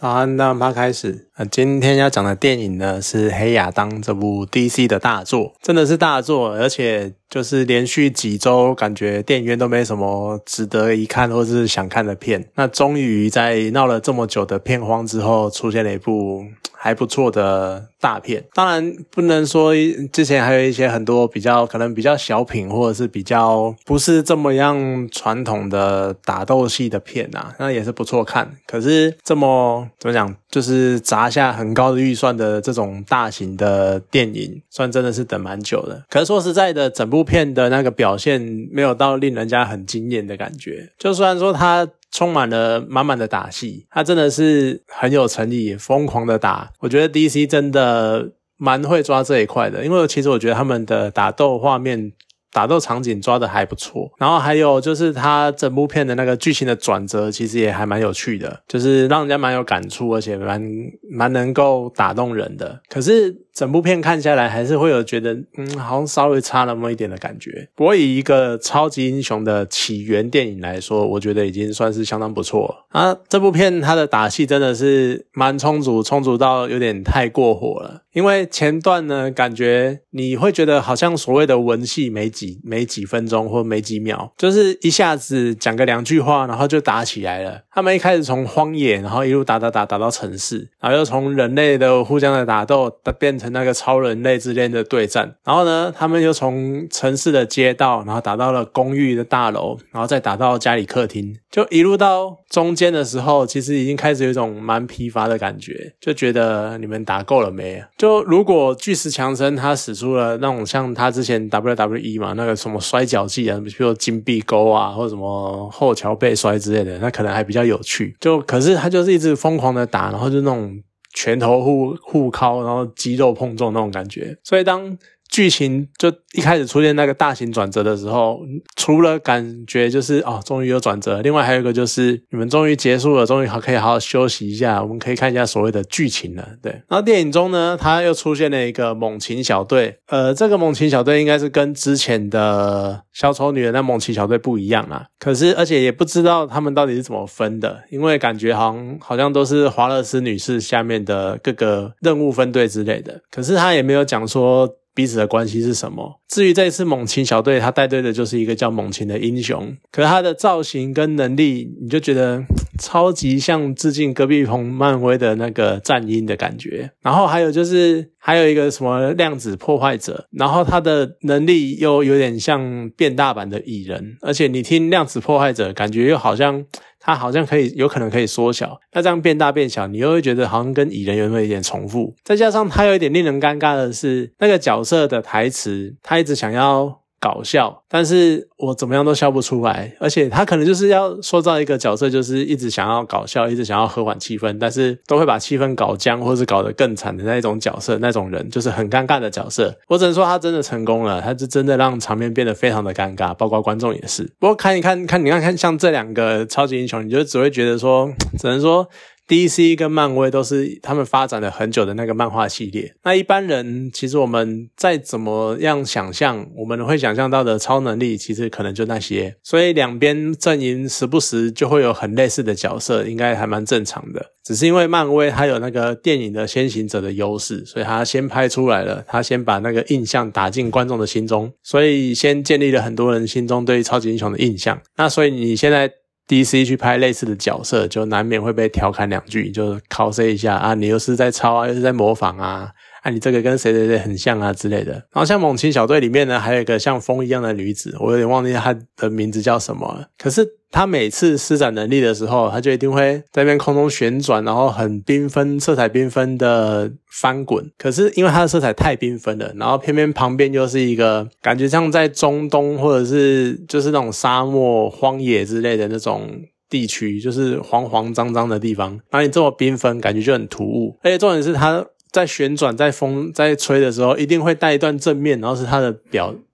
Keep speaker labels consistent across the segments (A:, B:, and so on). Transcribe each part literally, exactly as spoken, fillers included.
A: 好，那我们开始。呃，今天要讲的电影呢是《黑亚当》这部 D C 的大作，真的是大作，而且就是连续几周感觉电影院都没什么值得一看或是想看的片。那终于在闹了这么久的片荒之后，出现了一部还不错的大片。当然不能说之前还有一些很多比较可能比较小品或者是比较不是这么样传统的打斗戏的片啊，那也是不错看。可是这么怎么讲，就是砸下很高的预算的这种大型的电影，算真的是等蛮久的。可是说实在的，整部片的那个表现没有到令人家很惊艳的感觉。就虽然说它充满了满满的打戏，它真的是很有诚意，疯狂的打。我觉得 D C 真的蛮会抓这一块的，因为其实我觉得他们的打斗画面打斗场景抓的还不错，然后还有就是他整部片的那个剧情的转折其实也还蛮有趣的，就是让人家蛮有感触，而且蛮蛮能够打动人的。可是整部片看下来还是会有觉得嗯，好像稍微差那么一点的感觉。不过以一个超级英雄的起源电影来说，我觉得已经算是相当不错了。啊，这部片它的打戏真的是蛮充足，充足到有点太过火了。因为前段呢，感觉你会觉得好像所谓的文戏没几没几分钟或没几秒，就是一下子讲个两句话，然后就打起来了。他们一开始从荒野，然后一路打打打打到城市，然后又从人类的互相的打斗变成那个超人类之间的对战，然后呢，他们又从城市的街道，然后打到了公寓的大楼，然后再打到家里客厅，就一路到中间的时候，其实已经开始有一种蛮疲乏的感觉，就觉得你们打够了没？就如果巨石强森他使出了那种像他之前 W W E 嘛，那个什么摔跤技啊，比如说金臂钩啊，或者什么后桥背摔之类的，那可能还比较有趣。就可是他就是一直疯狂的打，然后就那种拳头互互敲，然后肌肉碰撞那种感觉。所以当剧情就一开始出现那个大型转折的时候，除了感觉就是哦，终于有转折，另外还有一个就是你们终于结束了，终于可以好好休息一下，我们可以看一下所谓的剧情了。对，然后电影中呢，它又出现了一个猛禽小队，呃，这个猛禽小队应该是跟之前的小丑女的那猛禽小队不一样啦。可是而且也不知道他们到底是怎么分的，因为感觉好像好像都是华勒斯女士下面的各个任务分队之类的，可是他也没有讲说彼此的关系是什么。至于这一次猛禽小队，他带队的就是一个叫猛禽的英雄，可是他的造型跟能力你就觉得超级像致敬隔壁棚漫威的那个战鹰的感觉。然后还有就是还有一个什么量子破坏者，然后他的能力又有点像变大版的蚁人，而且你听量子破坏者感觉又好像它好像可以有可能可以缩小，那这样变大变小，你又会觉得好像跟蚁人有那么一点重复。再加上它有一点令人尴尬的是，那个角色的台词他一直想要搞笑，但是我怎么样都笑不出来，而且他可能就是要塑造一个角色，就是一直想要搞笑，一直想要和缓气氛，但是都会把气氛搞僵或是搞得更惨的那一种角色，那种人就是很尴尬的角色。我只能说他真的成功了，他就真的让场面变得非常的尴尬，包括观众也是。不过看一看看你看看像这两个超级英雄，你就只会觉得说，只能说D C 跟漫威都是他们发展了很久的那个漫画系列。那一般人其实我们再怎么样想象，我们会想象到的超能力其实可能就那些，所以两边阵营时不时就会有很类似的角色，应该还蛮正常的。只是因为漫威它有那个电影的先行者的优势，所以它先拍出来了，它先把那个印象打进观众的心中，所以先建立了很多人心中对超级英雄的印象。那所以你现在D C 去拍类似的角色，就难免会被调侃两句，就 cos 一下啊，你又是在抄啊，又是在模仿啊，啊你这个跟谁谁谁很像啊之类的。然后像猛禽小队里面呢，还有一个像风一样的女子，我有点忘记她的名字叫什么了，可是她每次施展能力的时候，她就一定会在那边空中旋转，然后很缤纷色彩缤纷的翻滚。可是因为它的色彩太缤纷了，然后偏偏旁边又是一个感觉像在中东或者是就是那种沙漠荒野之类的那种地区，就是黄黄脏脏的地方，然后你这么缤纷感觉就很突兀。而且重点是它在旋转在风在吹的时候一定会带一段正面，然后是它的表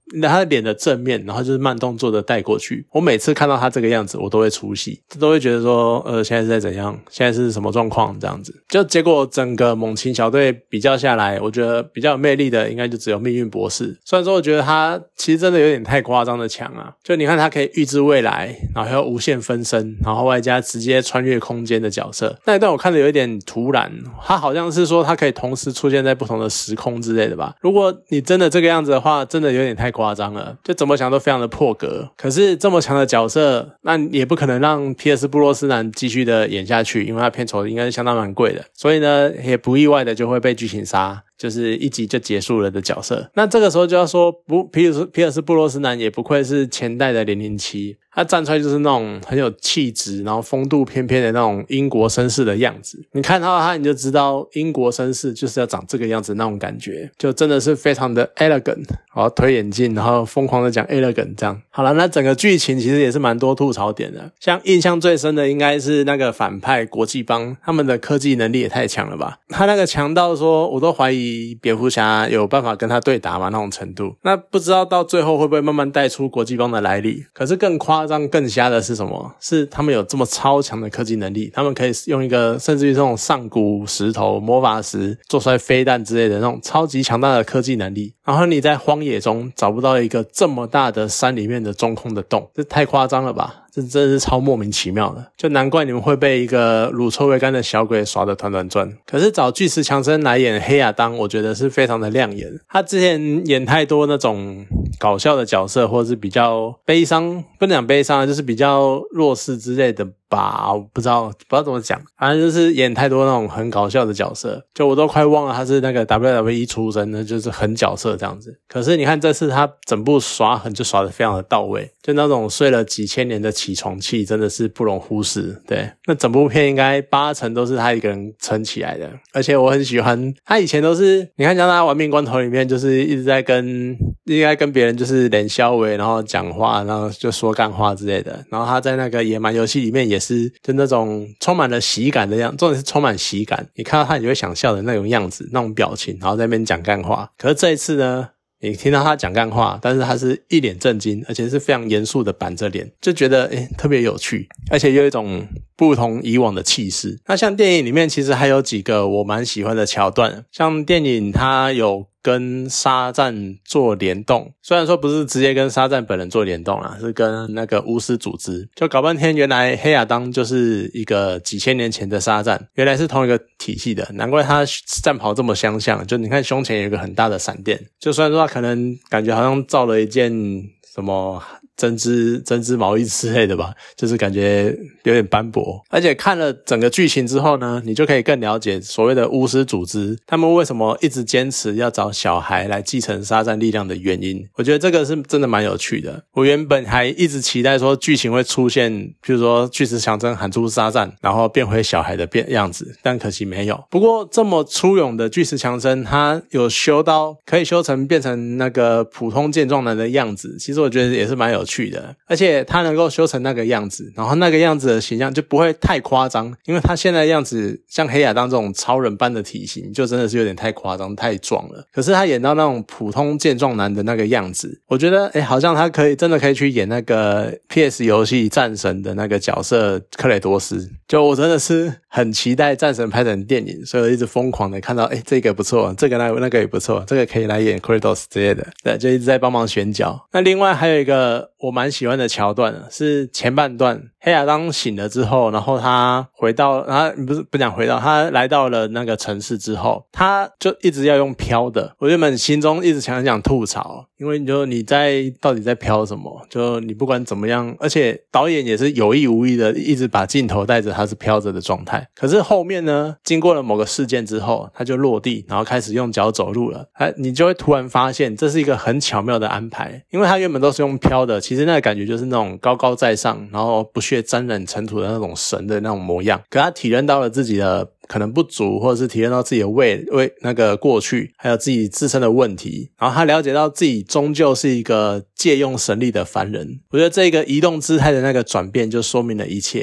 A: 他的脸的正面，然后就是慢动作的带过去。我每次看到他这个样子，我都会出戏，都会觉得说，呃，现在是在怎样，现在是什么状况这样子。就结果整个猛禽小队比较下来，我觉得比较有魅力的应该就只有命运博士。虽然说我觉得他其实真的有点太夸张的强啊，就你看他可以预知未来，然后还有无限分身，然后外加直接穿越空间的角色。那一段我看的有一点突然，他好像是说他可以同时出现在不同的时空之类的吧。如果你真的这个样子的话，真的有点太夸张了，就怎么想都非常的破格。可是这么强的角色，那也不可能让皮尔斯布洛斯南继续的演下去，因为他片酬应该是相当蛮贵的，所以呢也不意外的就会被剧情杀，就是一集就结束了的角色。那这个时候就要说，不，皮尔斯皮尔斯布洛斯南也不愧是前代的零零七，他站出来就是那种很有气质，然后风度翩翩的那种英国绅士的样子。你看到他你就知道英国绅士就是要长这个样子那种感觉，就真的是非常的 elegant。好，推眼镜，然后疯狂的讲 elegant 这样。好了，那整个剧情其实也是蛮多吐槽点的，像印象最深的应该是那个反派国际帮，他们的科技能力也太强了吧。他那个强到说我都怀疑蝙蝠侠有办法跟他对打吗那种程度。那不知道到最后会不会慢慢带出国际帮的来历。可是更夸张更瞎的是什么？是他们有这么超强的科技能力，他们可以用一个甚至于这种上古石头魔法石做出来飞弹之类的那种超级强大的科技能力，然后你在荒野中找不到一个这么大的山里面的中空的洞，这太夸张了吧，这真的是超莫名其妙的，就难怪你们会被一个乳臭未干的小鬼耍得团团转。可是找巨石强森来演黑亚当，我觉得是非常的亮眼。他之前演太多那种搞笑的角色，或者是比较悲伤，不能讲悲伤，就是比较弱势之类的吧，我不知道不知道怎么讲，反正就是演太多那种很搞笑的角色，就我都快忘了他是那个 W W E 出身的，就是狠角色这样子。可是你看这次他整部耍狠就耍得非常的到位，就那种睡了几千年的起床气真的是不容忽视。对，那整部片应该八成都是他一个人撑起来的。而且我很喜欢他以前都是，你看像他玩命关头里面就是一直在跟应该跟别人就是脸消微，然后讲话，然后就说干话之类的。然后他在那个野蛮游戏里面也是就那种充满了喜感的样子，重点是充满喜感，你看到他你就会想笑的那种样子，那种表情，然后在那边讲干话。可是这一次呢，你听到他讲干话，但是他是一脸正经，而且是非常严肃的板着脸，就觉得诶特别有趣，而且有一种不同以往的气势。那像电影里面其实还有几个我蛮喜欢的桥段，像电影它有跟沙赞做联动，虽然说不是直接跟沙赞本人做联动啦，是跟那个巫师组织，就搞半天原来黑亚当就是一个几千年前的沙赞，原来是同一个体系的，难怪他战袍这么相像，就你看胸前有一个很大的闪电，就虽然说他可能感觉好像造了一件什么针织针织毛衣之类的吧，就是感觉有点斑驳。而且看了整个剧情之后呢，你就可以更了解所谓的巫师组织他们为什么一直坚持要找小孩来继承沙赞力量的原因。我觉得这个是真的蛮有趣的。我原本还一直期待说剧情会出现譬如说巨石强森喊出沙赞然后变回小孩的变样子，但可惜没有。不过这么粗勇的巨石强森，他有修到可以修成变成那个普通健壮男的样子，其实我觉得也是蛮有趣的。而且他能够修成那个样子，然后那个样子的形象就不会太夸张，因为他现在的样子像黑亚当这种超人般的体型就真的是有点太夸张太壮了。可是他演到那种普通健壮男的那个样子，我觉得诶好像他可以真的可以去演那个 P S 游戏战神的那个角色克雷多斯。就我真的是很期待战神拍成电影，所以我一直疯狂的看到诶这个不错，这个那个那个也不错，这个可以来演克雷多斯之类的，对，就一直在帮忙选角。那另外还有一个我蛮喜欢的桥段是前半段黑亚当醒了之后，然后他回到他不是不讲回到他来到了那个城市之后，他就一直要用飘的。我原本心中一直想讲吐槽，因为你就你在到底在飘什么，就你不管怎么样，而且导演也是有意无意的一直把镜头带着他是飘着的状态。可是后面呢，经过了某个事件之后，他就落地然后开始用脚走路了，你就会突然发现这是一个很巧妙的安排。因为他原本都是用飘的，其实那个感觉就是那种高高在上然后不屑沾染尘土的那种神的那种模样，可他体认到了自己的可能不足，或者是体验到自己的未未那个过去，还有自己自身的问题，然后他了解到自己终究是一个借用神力的凡人。我觉得这个移动姿态的那个转变就说明了一切。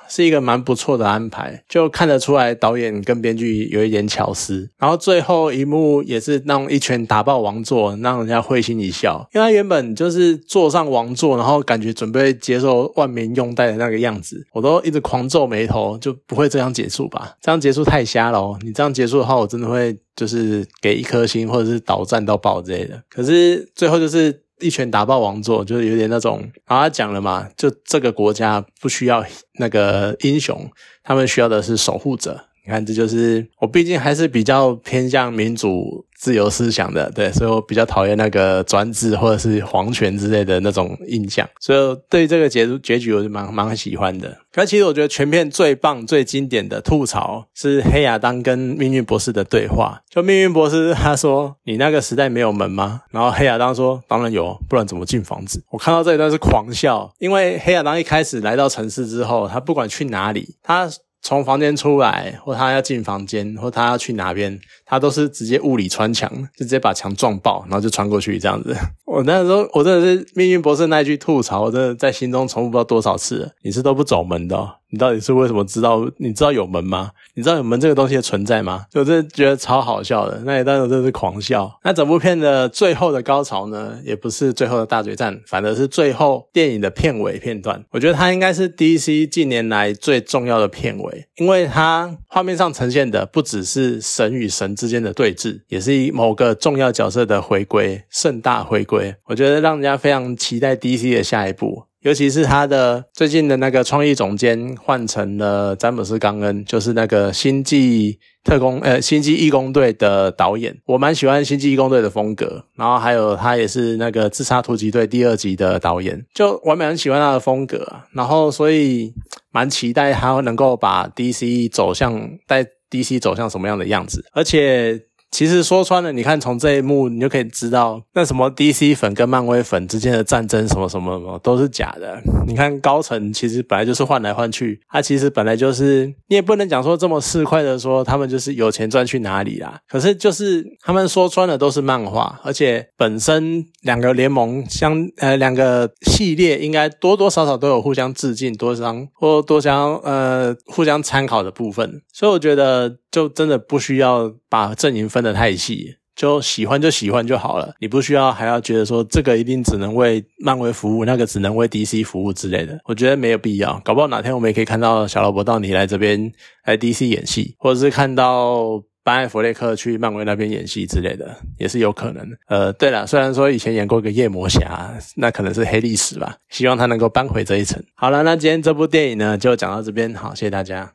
A: 是一个蛮不错的安排，就看得出来导演跟编剧有一点巧思。然后最后一幕也是那种一拳打爆王座，让人家会心一笑，因为他原本就是坐上王座，然后感觉准备接受万民拥戴的那个样子，我都一直狂皱眉头，就不会这样结束吧，这样结束太瞎了哦，你这样结束的话我真的会就是给一颗星或者是倒战到爆之类的。可是最后就是一拳打爆王座，就是有点那种，然后他讲了嘛，就这个国家不需要那个英雄，他们需要的是守护者。你看，这就是我毕竟还是比较偏向民主自由思想的，对，所以我比较讨厌那个专制或者是皇权之类的那种印象，所以对于这个结结局我是蛮蛮喜欢的。可是其实我觉得全片最棒最经典的吐槽是黑亚当跟命运博士的对话。就命运博士他说，你那个时代没有门吗？然后黑亚当说，当然有，不然怎么进房子。我看到这一段是狂笑，因为黑亚当一开始来到城市之后，他不管去哪里，他从房间出来，或他要进房间，或他要去哪边，他都是直接物理穿墙，就直接把墙撞爆，然后就穿过去这样子。我那时候我真的是命运博士那一句吐槽，我真的在心中重复不知道多少次了。你是都不走门的哦，你到底是为什么知道？你知道有门吗？你知道有门这个东西的存在吗？就我真的觉得超好笑的，那一段我真的是狂笑。那整部片的最后的高潮呢，也不是最后的大决战，反而是最后电影的片尾片段。我觉得它应该是 D C 近年来最重要的片尾，因为它画面上呈现的不只是神与神之间的对峙，也是某个重要角色的回归，盛大回归。我觉得让人家非常期待 D C 的下一部。尤其是他的最近的那个创意总监换成了詹姆斯冈恩，就是那个星际特工呃星际义工队的导演，我蛮喜欢星际义工队的风格，然后还有他也是那个自杀突击队第二集的导演，就我蛮喜欢他的风格啊，然后所以蛮期待他能够把 D C 走向带 D C 走向什么样的样子。而且其实说穿了，你看从这一幕你就可以知道，那什么 D C 粉跟漫威粉之间的战争什么什么什么都是假的。你看高层其实本来就是换来换去，他其实本来就是你也不能讲说这么市侩的说他们就是有钱赚去哪里啦，可是就是他们说穿了都是漫画，而且本身两个联盟相呃两个系列应该多多少少都有互相致敬多相或多相呃互相参考的部分，所以我觉得就真的不需要把阵营分得太细，就喜欢就喜欢就好了，你不需要还要觉得说这个一定只能为漫威服务，那个只能为 D C 服务之类的，我觉得没有必要。搞不好哪天我们也可以看到小劳勃道尼来这边来 D C 演戏，或者是看到班艾弗列克去漫威那边演戏之类的，也是有可能。呃，对了，虽然说以前演过一个夜魔侠，那可能是黑历史吧，希望他能够扳回这一层。好了，那今天这部电影呢就讲到这边，好，谢谢大家。